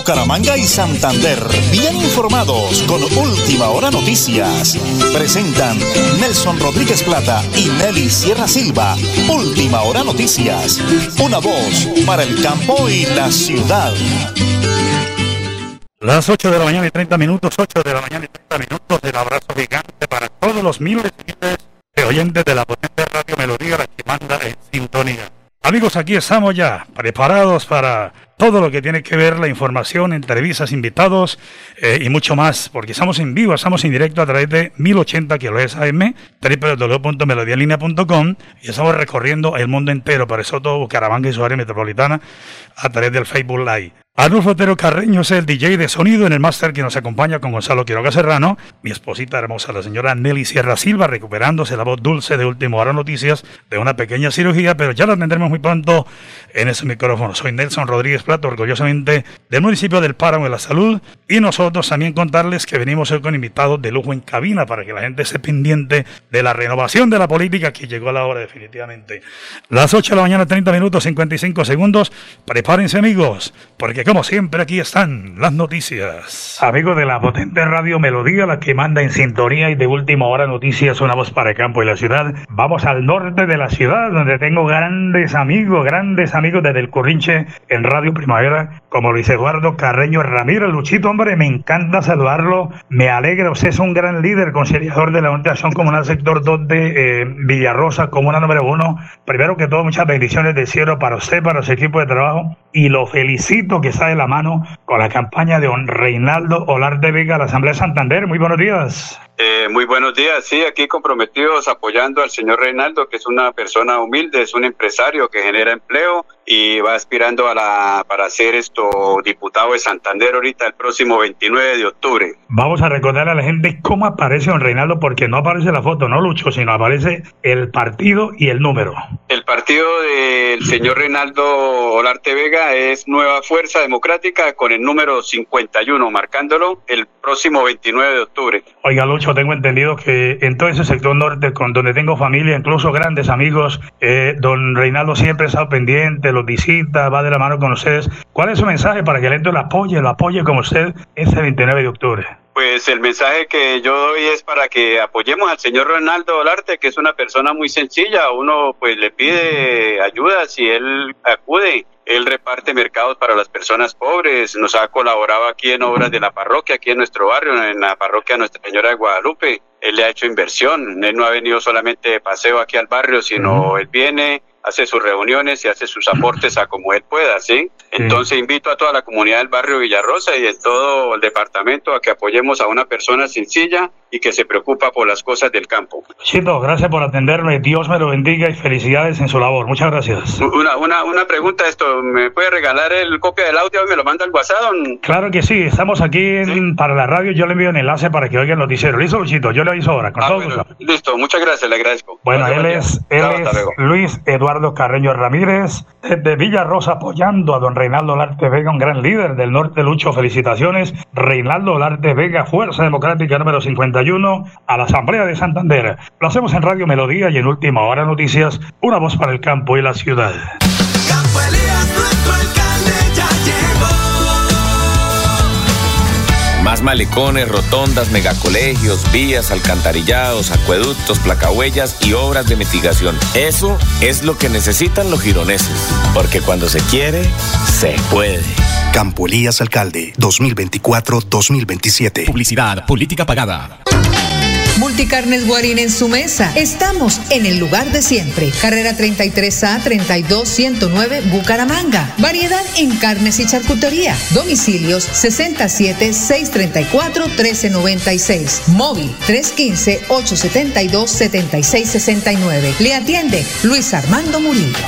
Bucaramanga y Santander. Bien informados con Última Hora Noticias. Presentan Nelson Rodríguez Plata y Nelly Sierra Silva. Última Hora Noticias. Una voz para el campo y la ciudad. Las 8 de la mañana y 30 minutos, 8 de la mañana y 30 minutos. El abrazo gigante para todos los miles y miles de oyentes de la potente Radio Melodía, la que manda en sintonía. Amigos, aquí estamos ya preparados para todo lo que tiene que ver la información, entrevistas, invitados y mucho más, porque estamos en vivo, estamos en directo a través de 1080 kHz AM, www.melodiaenlinea.com, y estamos recorriendo el mundo entero, por eso todo Bucaramanga y su área metropolitana a través del Facebook Live. Arnulfo Otero Carreño es el DJ de sonido en el máster que nos acompaña con Gonzalo Quiroga Serrano, mi esposita hermosa, la señora Nelly Sierra Silva, recuperándose la voz dulce de Última Hora Noticias de una pequeña cirugía, pero ya la tendremos muy pronto en ese micrófono. Soy Nelson Rodríguez Plata, orgullosamente del municipio del Páramo de la Salud, y nosotros también contarles que venimos hoy con invitados de lujo en cabina para que la gente esté pendiente de la renovación de la política que llegó a la hora definitivamente. Las 8 de la mañana, 30 minutos, 55 segundos. Prepárense, amigos, porque como siempre aquí están las noticias. Amigos de la potente Radio Melodía, la que manda en sintonía y de Última Hora Noticias, una voz para el campo y la ciudad. Vamos al norte de la ciudad, donde tengo grandes amigos desde el Currinche en Radio Primavera, como Luis Eduardo Carreño Ramírez. Luchito, hombre, me encanta saludarlo, me alegra, usted es un gran líder, conciliador de la Junta de Acción Comunal Sector 2 de Villarrosa, Comuna número 1. Primero que todo, muchas bendiciones del cielo para usted, para su equipo de trabajo, y lo felicito que está de la mano con la campaña de don Reinaldo Olarte Vega a la Asamblea de Santander. Muy buenos días. Muy buenos días, sí, aquí comprometidos apoyando al señor Reinaldo, que es una persona humilde, es un empresario que genera empleo y va aspirando para ser diputado de Santander ahorita el próximo 29 de octubre. Vamos a recordarle a la gente cómo aparece don Reinaldo, porque no aparece la foto, no Lucho, sino aparece el partido y el número. El partido del señor Reinaldo Olarte Vega es Nueva Fuerza Democrática con el número 51, marcándolo el próximo 29 de octubre. Oiga, Lucho, tengo entendido que en todo ese sector norte, donde tengo familia, incluso grandes amigos, don Reinaldo siempre ha estado pendiente, los visita, va de la mano con ustedes. ¿Cuál es su mensaje para que el gente lo apoye como usted este 29 de octubre? Pues el mensaje que yo doy es para que apoyemos al señor Reinaldo Olarte, que es una persona muy sencilla. Uno pues le pide ayuda si él acude. Él reparte mercados para las personas pobres, nos ha colaborado aquí en obras de la parroquia, aquí en nuestro barrio, en la parroquia Nuestra Señora de Guadalupe. Él le ha hecho inversión, él no ha venido solamente de paseo aquí al barrio, sino él viene, hace sus reuniones y hace sus aportes a como él pueda, ¿sí? Entonces invito a toda la comunidad del barrio Villarrosa y de todo el departamento a que apoyemos a una persona sencilla y que se preocupa por las cosas del campo. Chito, gracias por atenderme, Dios me lo bendiga y felicidades en su labor, muchas gracias. Una pregunta, ¿me puede regalar el copia del audio y me lo manda al WhatsApp? Claro que sí, estamos aquí para la radio, yo le envío un enlace para que oiga el noticiero. ¿Listo, Luchito? Yo le aviso ahora, con todo gusto. Listo, muchas gracias, le agradezco. Bueno, él es Luis Eduardo Carreño Ramírez, de Villarrosa, apoyando a don Reinaldo Olarte Vega, un gran líder del norte. Lucho, felicitaciones. Reinaldo Olarte Vega, Fuerza Democrática número 51, a la Asamblea de Santander. Lo hacemos en Radio Melodía y en Última Hora Noticias, una voz para el campo y la ciudad. Campo Elías, nuestro alcalde ya llegó. Más malecones, rotondas, megacolegios, vías, alcantarillados, acueductos, placahuellas y obras de mitigación. Eso es lo que necesitan los gironeses, porque cuando se quiere, se puede. Campo Elías Alcalde, 2024-2027. Publicidad, política pagada. Multicarnes Guarín en su mesa. Estamos en el lugar de siempre. Carrera 33A 32109 Bucaramanga. Variedad en carnes y charcutería. Domicilios 67-634-1396. Móvil 315-872-7669. Le atiende Luis Armando Murillo.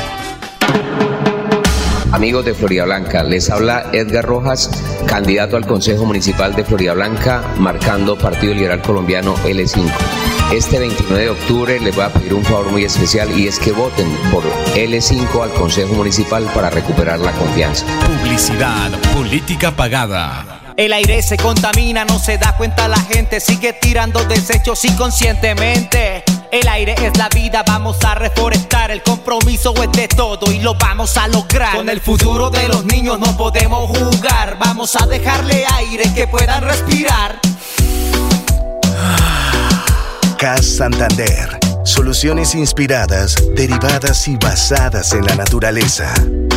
Amigos de Floridablanca, les habla Edgar Rojas, candidato al Consejo Municipal de Floridablanca, marcando Partido Liberal Colombiano L5. Este 29 de octubre les voy a pedir un favor muy especial y es que voten por L5 al Consejo Municipal para recuperar la confianza. Publicidad, política pagada. El aire se contamina, no se da cuenta la gente, sigue tirando desechos inconscientemente. El aire es la vida, vamos a reforestar. El compromiso es de todo y lo vamos a lograr. Con el futuro de los niños no podemos jugar. Vamos Vamos a dejarle aire que puedan respirar. CAS Santander. Soluciones inspiradas, derivadas y basadas en la naturaleza.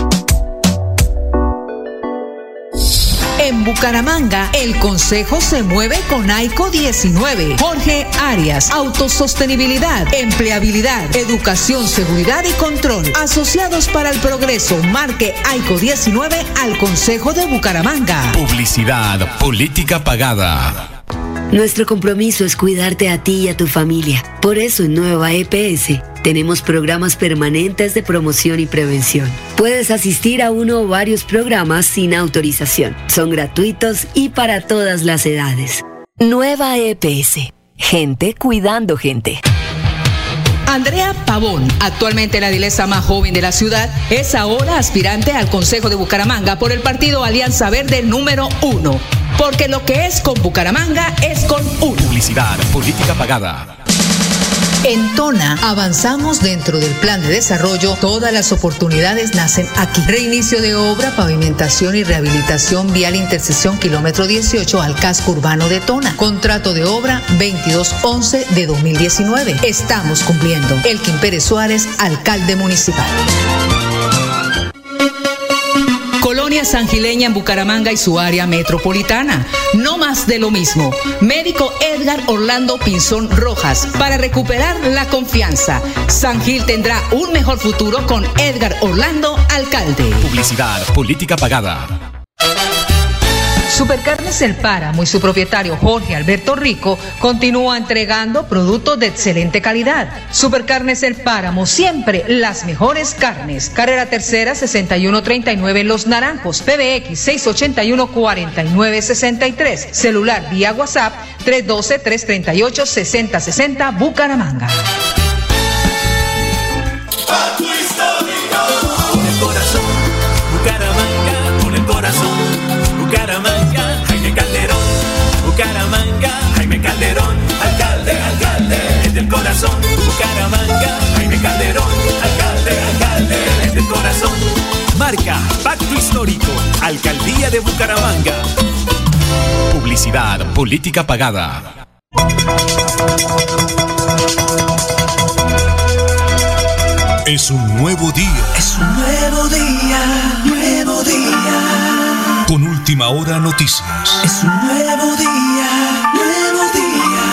En Bucaramanga, el Consejo se mueve con AICO 19. Jorge Arias, autosostenibilidad, empleabilidad, educación, seguridad y control. Asociados para el progreso, marque AICO 19 al Consejo de Bucaramanga. Publicidad, política pagada. Nuestro compromiso es cuidarte a ti y a tu familia. Por eso en Nueva EPS tenemos programas permanentes de promoción y prevención. Puedes asistir a uno o varios programas sin autorización. Son gratuitos y para todas las edades. Nueva EPS. Gente cuidando gente. Andrea Pavón, actualmente la edilesa más joven de la ciudad, es ahora aspirante al Consejo de Bucaramanga por el partido Alianza Verde número 1. Porque lo que es con Bucaramanga es con uno. Publicidad, política pagada. En Tona avanzamos dentro del plan de desarrollo. Todas las oportunidades nacen aquí. Reinicio de obra, pavimentación y rehabilitación vial intersección kilómetro 18 al casco urbano de Tona. Contrato de obra 2211 de 2019. Estamos cumpliendo. Elkin Pérez Suárez, alcalde municipal. Colonia Sangileña en Bucaramanga y su área metropolitana. No más de lo mismo. Médico Edgar Orlando Pinzón Rojas, para recuperar la confianza. San Gil tendrá un mejor futuro con Edgar Orlando, alcalde. Publicidad, política pagada. Supercarnes El Páramo y su propietario Jorge Alberto Rico continúa entregando productos de excelente calidad. Supercarnes El Páramo, siempre las mejores carnes. Carrera Tercera 6139 en Los Naranjos, PBX 681-4963. Celular vía WhatsApp 312-338-6060 Bucaramanga. Con el corazón, Bucaramanga, con el corazón, Bucaramanga, Jaime Calderón, Bucaramanga, Jaime Calderón, alcalde, alcalde, es del corazón, Bucaramanga, Jaime Calderón, alcalde, alcalde, es del corazón. Marca, pacto histórico, alcaldía de Bucaramanga. Publicidad, política pagada. Es un nuevo día. Es un nuevo día, nuevo día. Con Última Hora Noticias. Es un nuevo día, nuevo día.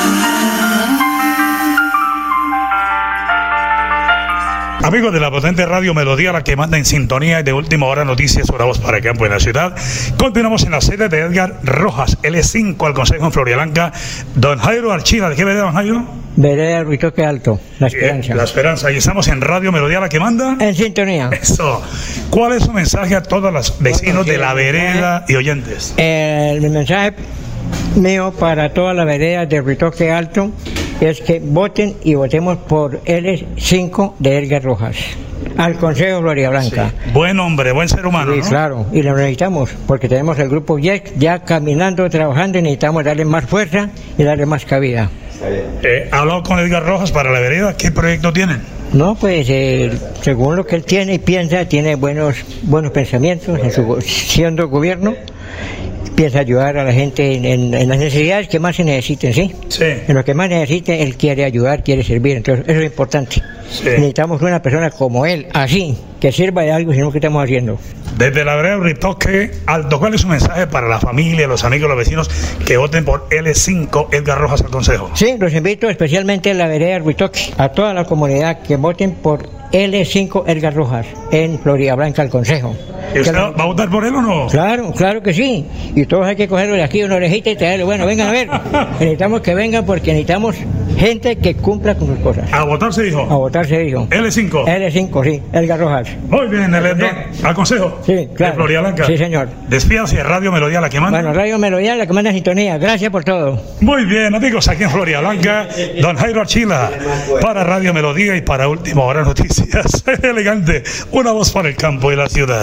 Amigos de la potente radio Melodía, la que manda en sintonía de Última Hora Noticias, una voz para el campo en la ciudad. Continuamos en la sede de Edgar Rojas, L5 al Consejo en Floridablanca. Don Jairo Archila, ¿de qué vereda, don Jairo? Vereda Ruitoque Alto, La Esperanza. La Esperanza, y estamos en Radio Melodía, la que manda. En sintonía. Eso. ¿Cuál es su mensaje a todos los vecinos de la vereda y oyentes? El mensaje mío para todas las veredas de Ruitoque Alto es que voten y votemos por L5 de Edgar Rojas al Consejo de Floridablanca. Sí. Buen hombre, buen ser humano, sí, ¿no? Claro, y lo necesitamos porque tenemos el grupo YEC ya caminando, trabajando, y necesitamos darle más fuerza y darle más cabida. ¿Habló con Edgar Rojas para la vereda? ¿Qué proyecto tienen? No, pues según lo que él tiene y piensa, tiene buenos pensamientos en su siendo gobierno. Piensa ayudar a la gente en las necesidades que más se necesiten, ¿sí? Sí. En lo que más necesite, él quiere ayudar, quiere servir, entonces eso es importante. Sí. Necesitamos una persona como él, así, que sirva de algo, sino que estamos haciendo. Desde la vereda de Ruitoque Alto, ¿cuál es su mensaje para la familia, los amigos, los vecinos que voten por L5 Edgar Rojas al Consejo? Sí, los invito especialmente a la vereda de Ruitoque, a toda la comunidad que voten por L5 Edgar Rojas en Floridablanca al Consejo. ¿Y usted va a votar por él o no? Claro, claro que sí. Y todos hay que cogerlo de aquí una orejita y traerlo. Bueno, vengan a ver. Necesitamos que vengan porque necesitamos gente que cumpla con sus cosas. ¿A votar se dijo? A votar se dijo. L5. L5, sí. Edgar Rojas. Muy bien, al Consejo. Sí, claro. De Floridablanca. Sí, señor. Despídase, Radio Melodía, la que manda. Bueno, Radio Melodía, la que manda en sintonía. Gracias por todo. Muy bien, amigos, aquí en Floridablanca, don Jairo Archila, para Radio Melodía y para Última Hora Noticias. Elegante, una voz para el campo y la ciudad.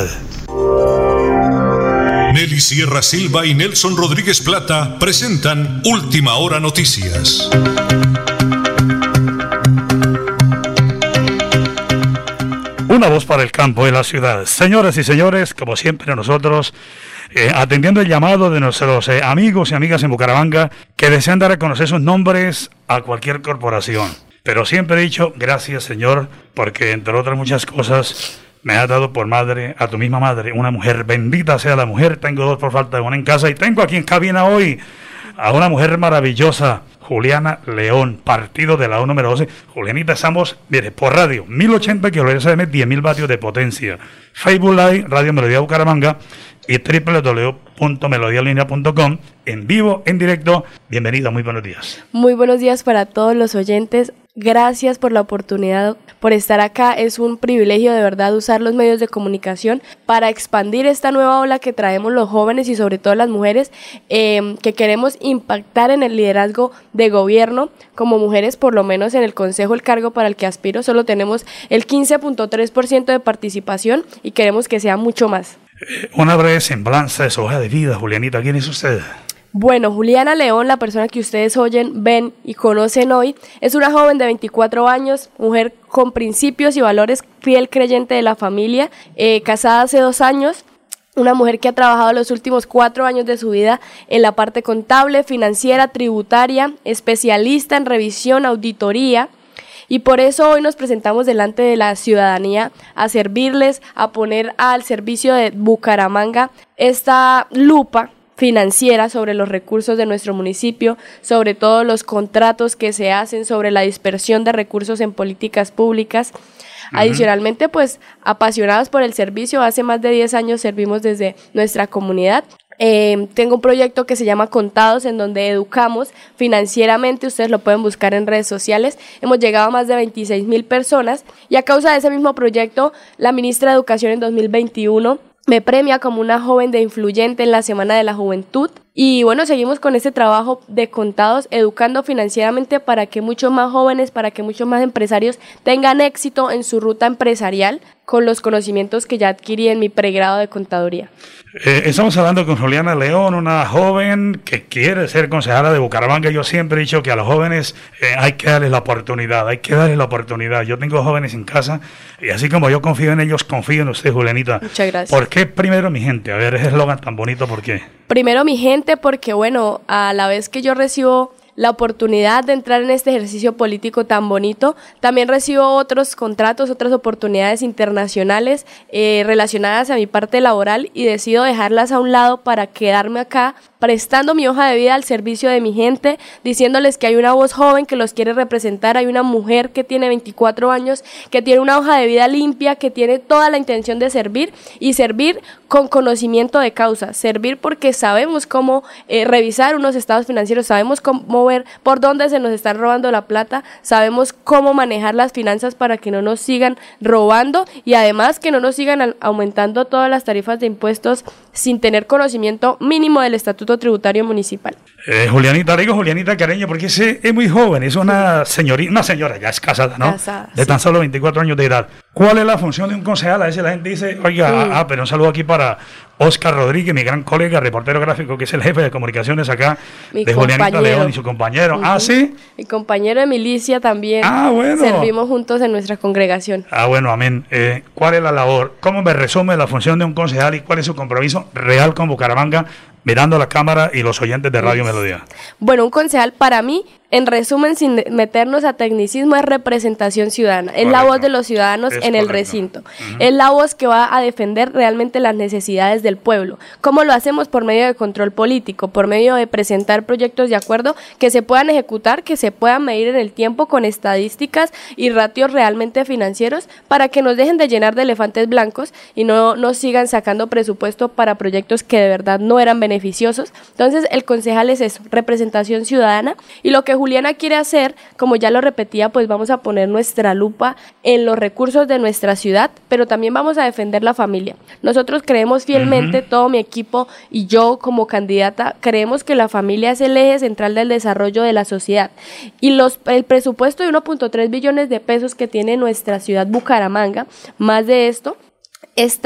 Nelly Sierra Silva y Nelson Rodríguez Plata presentan Última Hora Noticias. Una voz voz para el campo y la ciudad. Señoras y señores, como siempre nosotros, atendiendo el llamado de nuestros amigos y amigas en Bucaramanga que desean dar a conocer sus nombres a cualquier corporación. Pero siempre he dicho, gracias Señor, porque entre otras muchas cosas me has dado por madre a tu misma madre, una mujer, bendita sea la mujer. Tengo dos por falta de una en casa y tengo aquí en cabina hoy a una mujer maravillosa, Juliana León, partido de la U número 12. Julianita, estamos, mire, por radio, 1080 kHz, 10.000 vatios de potencia. Facebook Live, Radio Melodía Bucaramanga y www.melodialinea.com, en vivo, en directo. Bienvenida, muy buenos días. Muy buenos días para todos los oyentes. Gracias por la oportunidad, por estar acá. Es un privilegio de verdad usar los medios de comunicación para expandir esta nueva ola que traemos los jóvenes y sobre todo las mujeres, que queremos impactar en el liderazgo de gobierno. Como mujeres, por lo menos en el Consejo, el cargo para el que aspiro, solo tenemos el 15.3% de participación y queremos que sea mucho más. Una breve semblanza de su hoja de vida, Julianita. ¿Quién es usted? Bueno, Juliana León, la persona que ustedes oyen, ven y conocen hoy, es una joven de 24 años, mujer con principios y valores, fiel creyente de la familia, casada hace 2 años, una mujer que ha trabajado los últimos 4 años de su vida en la parte contable, financiera, tributaria, especialista en revisión, auditoría. Y por eso hoy nos presentamos delante de la ciudadanía a servirles, a poner al servicio de Bucaramanga esta lupa financiera sobre los recursos de nuestro municipio, sobre todos los contratos que se hacen, sobre la dispersión de recursos en políticas públicas. Adicionalmente, pues, apasionados por el servicio, hace más de 10 años servimos desde nuestra comunidad. Tengo un proyecto que se llama Contados, en donde educamos financieramente. Ustedes lo pueden buscar en redes sociales. Hemos llegado a más de 26,000 personas y a causa de ese mismo proyecto, la ministra de Educación en 2021 me premia como una joven de influyente en la Semana de la Juventud. Y bueno, seguimos con este trabajo de Contados, educando financieramente para que muchos más jóvenes, para que muchos más empresarios tengan éxito en su ruta empresarial con los conocimientos que ya adquirí en mi pregrado de contaduría. Estamos hablando con Juliana León, una joven que quiere ser concejala de Bucaramanga. Yo siempre he dicho que a los jóvenes hay que darles la oportunidad, Yo tengo jóvenes en casa y así como yo confío en ellos, confío en usted, Julianita. Muchas gracias. ¿Por qué primero mi gente? A ver, ese eslogan tan bonito, ¿por qué? Primero mi gente, porque bueno, a la vez que yo recibo la oportunidad de entrar en este ejercicio político tan bonito, también recibo otros contratos, otras oportunidades internacionales relacionadas a mi parte laboral y decido dejarlas a un lado para quedarme acá prestando mi hoja de vida al servicio de mi gente, diciéndoles que hay una voz joven que los quiere representar, hay una mujer que tiene 24 años, que tiene una hoja de vida limpia, que tiene toda la intención de servir y servir con conocimiento de causa, servir porque sabemos cómo revisar unos estados financieros, sabemos cómo ver por dónde se nos están robando la plata, sabemos cómo manejar las finanzas para que no nos sigan robando y además que no nos sigan aumentando todas las tarifas de impuestos sin tener conocimiento mínimo del Estatuto Tributario Municipal. Julianita, digo Julianita Careño porque es muy joven, es una señora, ya es casada, ¿no? Casada, de tan solo 24 años de edad. ¿Cuál es la función de un concejal? A veces la gente dice, oiga, pero un saludo aquí para Oscar Rodríguez, mi gran colega, reportero gráfico, que es el jefe de comunicaciones acá, de Julianita León y su compañero. ¿Sí? Mi compañero de milicia también. Bueno. Servimos juntos en nuestra congregación. Bueno, amén. ¿Cuál es la labor? ¿Cómo me resume la función de un concejal y cuál es su compromiso real con Bucaramanga, mirando la cámara y los oyentes de Radio Melodía? Bueno, un concejal para mí, en resumen, sin meternos a tecnicismo, es representación ciudadana. Es la voz de los ciudadanos en el recinto. Es la voz que va a defender realmente las necesidades del pueblo. ¿Cómo lo hacemos? Por medio de control político, por medio de presentar proyectos de acuerdo que se puedan ejecutar, que se puedan medir en el tiempo con estadísticas y ratios realmente financieros para que nos dejen de llenar de elefantes blancos y no nos sigan sacando presupuesto para proyectos que de verdad no eran beneficiosos. Entonces, el concejal es eso, representación ciudadana, y lo que Juliana quiere hacer, como ya lo repetía, pues vamos a poner nuestra lupa en los recursos de nuestra ciudad, pero también vamos a defender la familia. Nosotros creemos fielmente, todo mi equipo y yo como candidata, creemos que la familia es el eje central del desarrollo de la sociedad. Y el presupuesto de 1.3 billones de pesos que tiene nuestra ciudad Bucaramanga, más de esto, está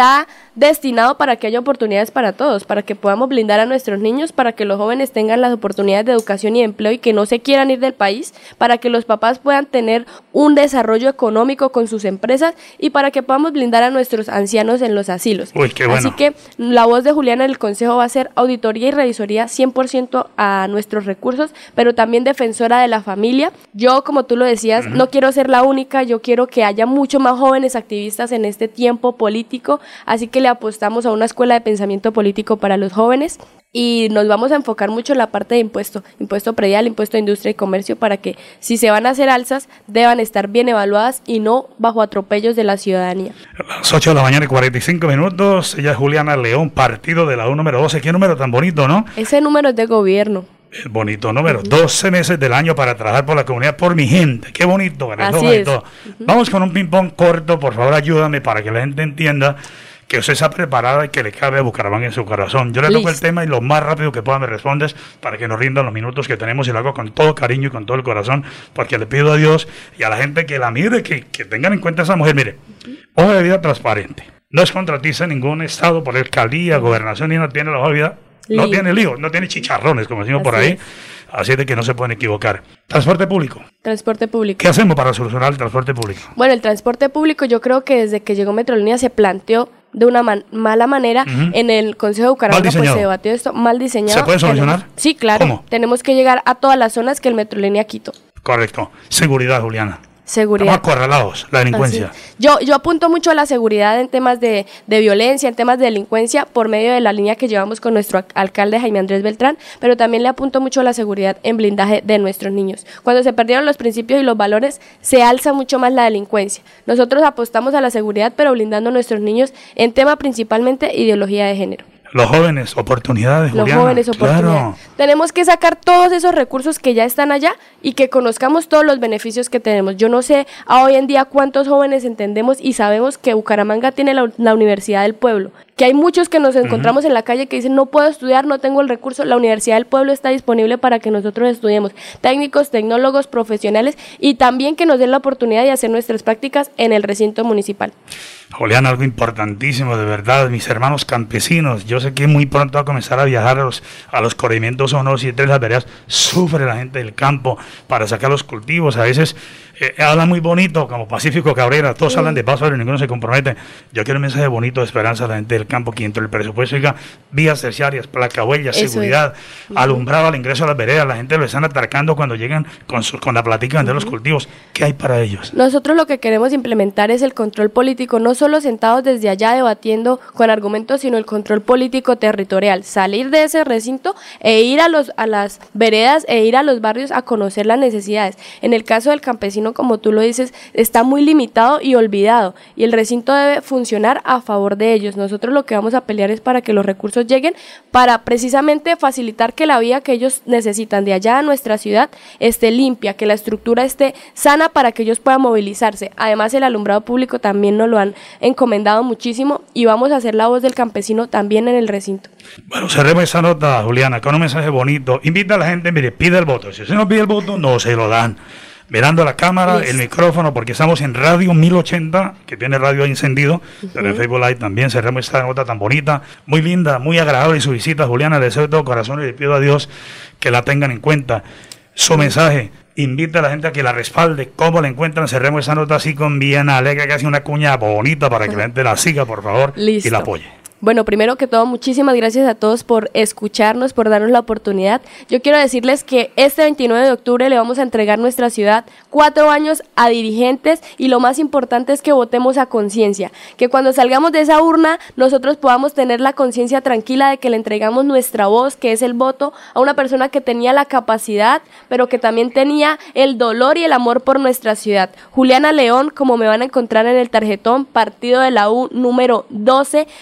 destinado para que haya oportunidades para todos, para que podamos blindar a nuestros niños, para que los jóvenes tengan las oportunidades de educación y de empleo y que no se quieran ir del país, para que los papás puedan tener un desarrollo económico con sus empresas y para que podamos blindar a nuestros ancianos en los asilos. Uy, qué bueno. Así que la voz de Juliana en el Consejo va a ser auditoría y revisoría 100% a nuestros recursos, pero también defensora de la familia. Yo, como tú lo decías, no quiero ser la única, yo quiero que haya mucho más jóvenes activistas en este tiempo político, así que le apostamos a una escuela de pensamiento político para los jóvenes y nos vamos a enfocar mucho en la parte de impuesto predial, impuesto de industria y comercio, para que si se van a hacer alzas, deban estar bien evaluadas y no bajo atropellos de la ciudadanía. Las 8 de la mañana y 45 minutos, ella es Juliana León, partido de la U número 12, qué número tan bonito, ¿no? Ese número es de gobierno. El bonito número, 12 meses del año para trabajar por la comunidad, por mi gente, qué bonito, Así es. Vamos con un ping-pong corto, por favor ayúdame para que la gente entienda que usted está preparada y que le cabe a Bucaramanga en su corazón. Yo le toco el tema y lo más rápido que pueda me respondes para que nos rindan los minutos que tenemos y lo hago con todo cariño y con todo el corazón, porque le pido a Dios y a la gente que la mire, que tengan en cuenta a esa mujer. Mire, hoja de vida transparente. No es contratista en ningún estado por alcaldía, gobernación, y no tiene la hoja de vida. No tiene lío, no tiene chicharrones, como decimos por ahí. Así de que no se pueden equivocar. Transporte público. Transporte público. ¿Qué hacemos para solucionar el transporte público? Bueno, el transporte público yo creo que desde que llegó Metrolínea se planteó de una mala manera. En el Consejo de Bucaramanga pues se debatió esto, mal diseñado. ¿Se puede solucionar? Sí, claro. ¿Cómo? Tenemos que llegar a todas las zonas que el Metrolínea quitó. Correcto. Seguridad, Juliana. Seguridad. Estamos acorralados, la delincuencia. Yo apunto mucho a la seguridad en temas de violencia, en temas de delincuencia, por medio de la línea que llevamos con nuestro alcalde Jaime Andrés Beltrán, pero también le apunto mucho a la seguridad en blindaje de nuestros niños. Cuando se perdieron los principios y los valores, se alza mucho más la delincuencia. Nosotros apostamos a la seguridad, pero blindando a nuestros niños en tema principalmente ideología de género. Los jóvenes, oportunidades, Los Juliana. jóvenes, oportunidades. Claro. Tenemos que sacar todos esos recursos que ya están allá y que conozcamos todos los beneficios que tenemos. Yo no sé hoy en día cuántos jóvenes entendemos y sabemos que Bucaramanga tiene la Universidad del Pueblo, que hay muchos que nos encontramos en la calle que dicen no puedo estudiar, no tengo el recurso. La Universidad del Pueblo está disponible para que nosotros estudiemos, técnicos, tecnólogos, profesionales, y también que nos den la oportunidad de hacer nuestras prácticas en el recinto municipal. Julián, algo importantísimo, de verdad, mis hermanos campesinos, yo sé que muy pronto va a comenzar a viajar a los corregimientos 1, 2 y 3, las veredas, sufre la gente del campo para sacar los cultivos, a veces hablan muy bonito, como Pacífico Cabrera, todos hablan de paz, pero ninguno se compromete. Yo quiero un mensaje bonito de esperanza a la gente del campo, que entre el presupuesto, oiga, vías terciarias, placahuellas, seguridad, alumbrado al ingreso a las veredas, la gente lo están atracando cuando llegan con la platica de los cultivos. ¿Qué hay para ellos? Nosotros lo que queremos implementar es el control político, no solo sentados desde allá debatiendo con argumentos, sino el control político territorial, salir de ese recinto e ir a las veredas e ir a los barrios a conocer las necesidades. En el caso del campesino, como tú lo dices, está muy limitado y olvidado, y el recinto debe funcionar a favor de ellos. Nosotros lo que vamos a pelear es para que los recursos lleguen, para precisamente facilitar que la vía que ellos necesitan de allá a nuestra ciudad esté limpia, que la estructura esté sana para que ellos puedan movilizarse. Además, el alumbrado público también nos lo han encomendado muchísimo y vamos a hacer la voz del campesino también en el recinto. Bueno, cerremos esa nota, Juliana, con un mensaje bonito. Invita a la gente, mire, pide el voto. Si usted no pide el voto, no se lo dan. Mirando la cámara, el micrófono, porque estamos en Radio 1080, que tiene radio encendido, pero en Facebook Live también. Cerremos esta nota tan bonita, muy linda, muy agradable su visita, Juliana. Le deseo de todo corazón y le pido a Dios que la tengan en cuenta. Su mensaje, invita a la gente a que la respalde. ¿Cómo la encuentran? Cerremos esa nota así con bien alegre, que hace una cuña bonita para que la gente la siga, por favor, y la apoye. Bueno, primero que todo, muchísimas gracias a todos por escucharnos, por darnos la oportunidad. Yo quiero decirles que este 29 de octubre le vamos a entregar nuestra ciudad 4 años a dirigentes, y lo más importante es que votemos a conciencia, que cuando salgamos de esa urna nosotros podamos tener la conciencia tranquila de que le entregamos nuestra voz, que es el voto, a una persona que tenía la capacidad, pero que también tenía el dolor y el amor por nuestra ciudad. Juliana León, como me van a encontrar en el tarjetón, partido de la U número 12, va a ser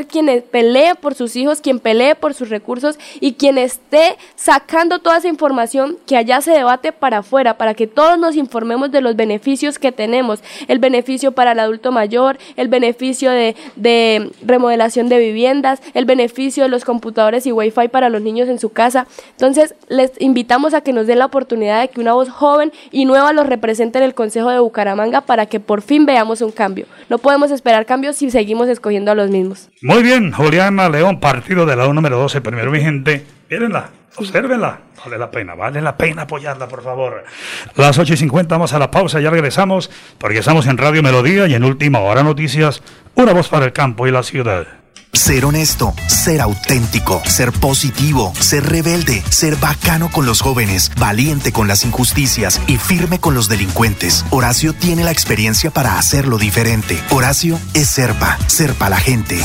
quien pelee por sus hijos, quien pelee por sus recursos y quien esté sacando toda esa información que allá se debate para afuera, para que todos nos informemos de los beneficios que tenemos, el beneficio para el adulto mayor, el beneficio de remodelación de viviendas, el beneficio de los computadores y wifi para los niños en su casa. Entonces les invitamos a que nos den la oportunidad de que una voz joven y nueva los represente en el Consejo de Bucaramanga para que por fin veamos un cambio. No podemos esperar cambios si seguimos escogiendo a los mismos. Muy bien, Juliana León, partido de la U número 12, primero vigente. Mírenla, obsérvenla. Vale la pena apoyarla, por favor. Las 8:50, vamos a la pausa, ya regresamos, porque estamos en Radio Melodía y en Última Hora Noticias, una voz para el campo y la ciudad. Ser honesto, ser auténtico, ser positivo, ser rebelde, ser bacano con los jóvenes, valiente con las injusticias y firme con los delincuentes. Horacio tiene la experiencia para hacerlo diferente. Horacio es Serpa la gente.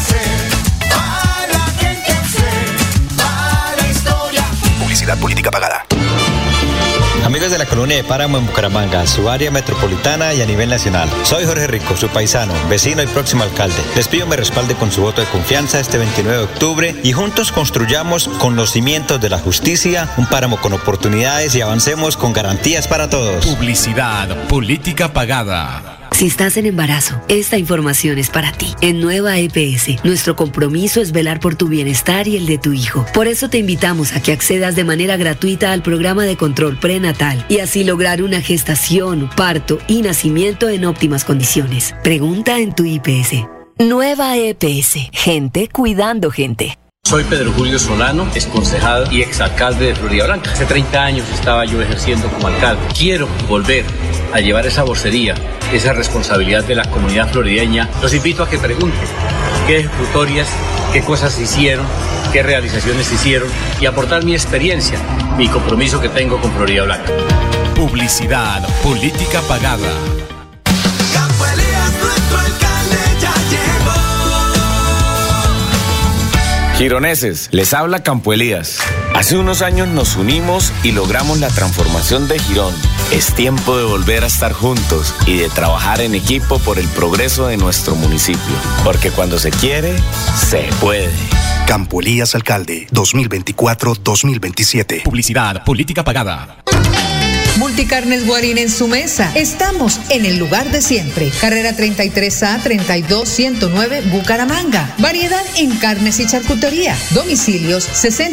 Publicidad política pagada. Amigos de la Colonia de Páramo en Bucaramanga, su área metropolitana y a nivel nacional. Soy Jorge Rico, su paisano, vecino y próximo alcalde. Les pido me respalde con su voto de confianza este 29 de octubre y juntos construyamos con los cimientos de la justicia un páramo con oportunidades y avancemos con garantías para todos. Publicidad política pagada. Si estás en embarazo, esta información es para ti. En Nueva EPS, nuestro compromiso es velar por tu bienestar y el de tu hijo. Por eso te invitamos a que accedas de manera gratuita al programa de control prenatal y así lograr una gestación, parto y nacimiento en óptimas condiciones. Pregunta en tu IPS. Nueva EPS, gente cuidando gente. Soy Pedro Julio Solano, exconcejal y exalcalde de Floridablanca. Hace 30 años estaba yo ejerciendo como alcalde. Quiero volver a llevar esa vocería, esa responsabilidad de la comunidad florideña. Los invito a que pregunten qué ejecutorias, qué cosas se hicieron, qué realizaciones se hicieron y aportar mi experiencia, mi compromiso que tengo con Floridablanca. Publicidad política pagada. Gironeses, les habla Campo Elías. Hace unos años nos unimos y logramos la transformación de Girón. Es tiempo de volver a estar juntos y de trabajar en equipo por el progreso de nuestro municipio. Porque cuando se quiere, se puede. Campo Elías Alcalde, 2024-2027. Publicidad política pagada. Multicarnes Guarín en su mesa. Estamos en el lugar de siempre. Carrera 33A 32109 Bucaramanga. Variedad en carnes y charcutería. Domicilios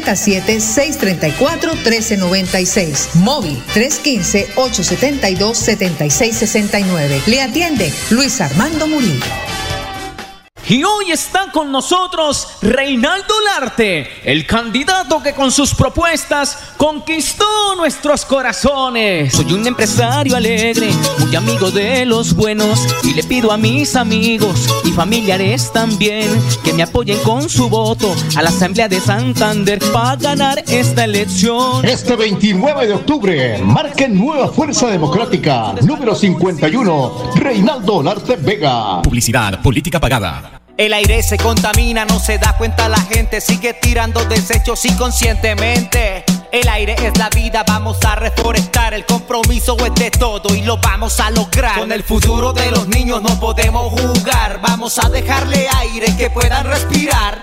67-634-1396. Móvil 315-872-7669. Le atiende Luis Armando Murillo. Y hoy está con nosotros Reinaldo Larte, el candidato que con sus propuestas conquistó nuestros corazones. Soy un empresario alegre, muy amigo de los buenos, y le pido a mis amigos y familiares también que me apoyen con su voto a la Asamblea de Santander para ganar esta elección. Este 29 de octubre, marquen Nueva Fuerza Democrática, número 51, Reinaldo Larte Vega. Publicidad política pagada. El aire se contamina, no se da cuenta la gente, sigue tirando desechos inconscientemente. El aire es la vida, vamos a reforestar, el compromiso es de todo y lo vamos a lograr. Con el futuro de los niños no podemos jugar, vamos a dejarle aire que puedan respirar.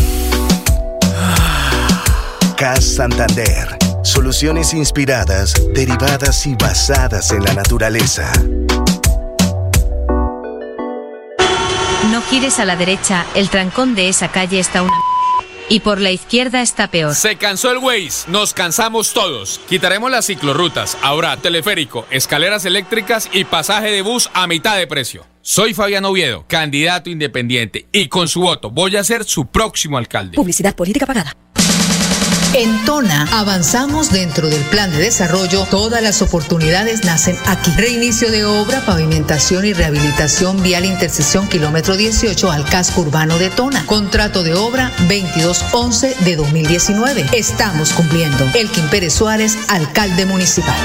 CAS Santander, soluciones inspiradas, derivadas y basadas en la naturaleza. No gires a la derecha, el trancón de esa calle está una... Y por la izquierda está peor. Se cansó el Waze, nos cansamos todos. Quitaremos las ciclorrutas, ahora teleférico, escaleras eléctricas y pasaje de bus a mitad de precio. Soy Fabián Oviedo, candidato independiente, y con su voto voy a ser su próximo alcalde. Publicidad política pagada. En Tona avanzamos dentro del plan de desarrollo. Todas las oportunidades nacen aquí. Reinicio de obra, pavimentación y rehabilitación vial intersección kilómetro 18 al casco urbano de Tona. Contrato de obra 2211 de 2019. Estamos cumpliendo. Elkin Pérez Suárez, alcalde municipal.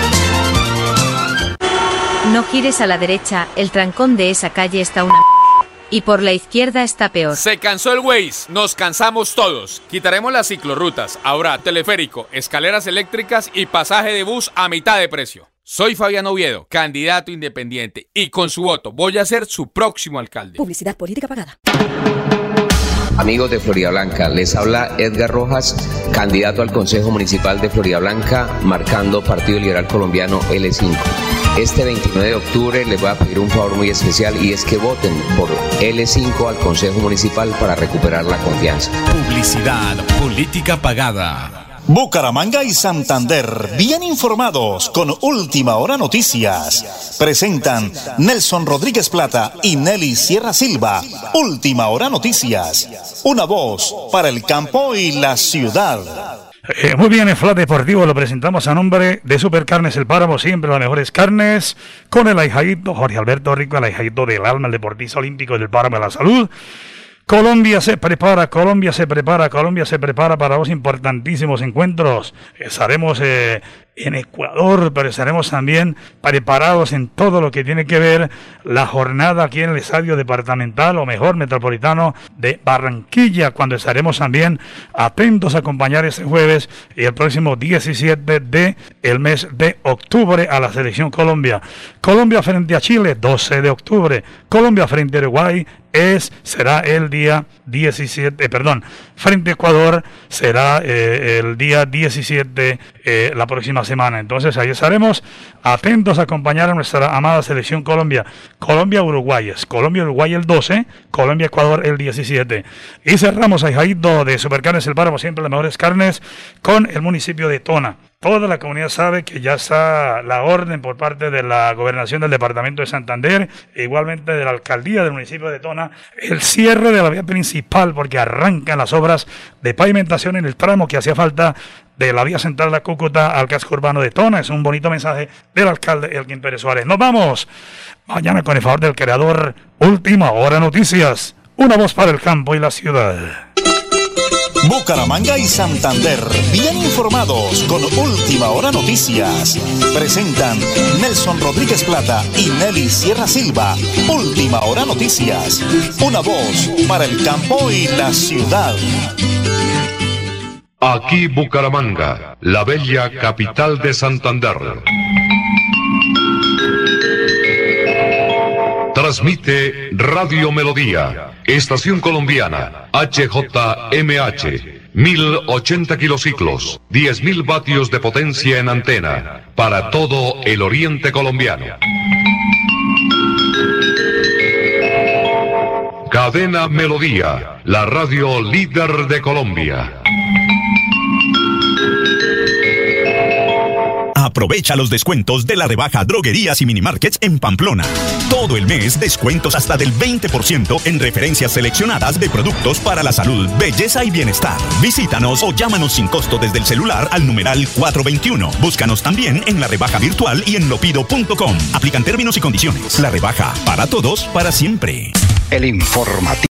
No gires a la derecha, el trancón de esa calle está una... Y por la izquierda está peor. Se cansó el Waze, nos cansamos todos. Quitaremos las ciclorrutas, ahora teleférico, escaleras eléctricas y pasaje de bus a mitad de precio. Soy Fabián Oviedo, candidato independiente, y con su voto voy a ser su próximo alcalde. Publicidad política pagada. Amigos de Floridablanca, les habla Edgar Rojas, candidato al Consejo Municipal de Floridablanca, marcando Partido Liberal Colombiano L5. Este 29 de octubre les voy a pedir un favor muy especial y es que voten por L5 al Consejo Municipal para recuperar la confianza. Publicidad, política pagada. Bucaramanga y Santander, bien informados con Última Hora Noticias. Presentan Nelson Rodríguez Plata y Nelly Sierra Silva. Última Hora Noticias. Una voz para el campo y la ciudad. Muy bien, en Flash Deportivo lo presentamos a nombre de Supercarnes El Páramo, siempre las mejores carnes, con el ahijadito Jorge Alberto Rico, el ahijadito del alma, el deportista olímpico del Páramo de la Salud. Colombia se prepara para dos importantísimos encuentros. Estaremos en Ecuador, pero estaremos también preparados en todo lo que tiene que ver la jornada aquí en el Estadio Departamental, o mejor, Metropolitano de Barranquilla, cuando estaremos también atentos a acompañar este jueves y el próximo 17 de el mes de octubre a la selección Colombia. Colombia frente a Chile, 12 de octubre. Colombia frente a Uruguay será el día 17, frente a Ecuador será el día 17 la próxima semana. Entonces ahí estaremos atentos a acompañar a nuestra amada selección Colombia. Colombia-Uruguay, Colombia-Uruguay el 12, Colombia-Ecuador el 17. Y cerramos a Jaito de Supercarnes El Páramo, siempre las mejores carnes, con el municipio de Tona. Toda la comunidad sabe que ya está la orden por parte de la gobernación del departamento de Santander, e igualmente de la alcaldía del municipio de Tona, el cierre de la vía principal, porque arrancan las obras de pavimentación en el tramo que hacía falta de la vía central de Cúcuta al casco urbano de Tona. Es un bonito mensaje del alcalde Elkin Pérez Suárez. Nos vamos mañana con el favor del creador. Última Hora Noticias, una voz para el campo y la ciudad. Bucaramanga y Santander, bien informados con Última Hora Noticias. Presentan Nelson Rodríguez Plata y Nelly Sierra Silva. Última Hora Noticias, una voz para el campo y la ciudad. Aquí Bucaramanga, la bella capital de Santander. Transmite Radio Melodía, Estación Colombiana, HJMH, 1080 kilociclos, 10.000 vatios de potencia en antena, para todo el oriente colombiano. Cadena Melodía, la radio líder de Colombia. Aprovecha los descuentos de la rebaja Droguerías y Minimarkets en Pamplona. Todo el mes descuentos hasta del 20% en referencias seleccionadas de productos para la salud, belleza y bienestar. Visítanos o llámanos sin costo desde el celular al numeral 421. Búscanos también en la rebaja virtual y en lopido.com. Aplican términos y condiciones. La rebaja para todos, para siempre. El informativo.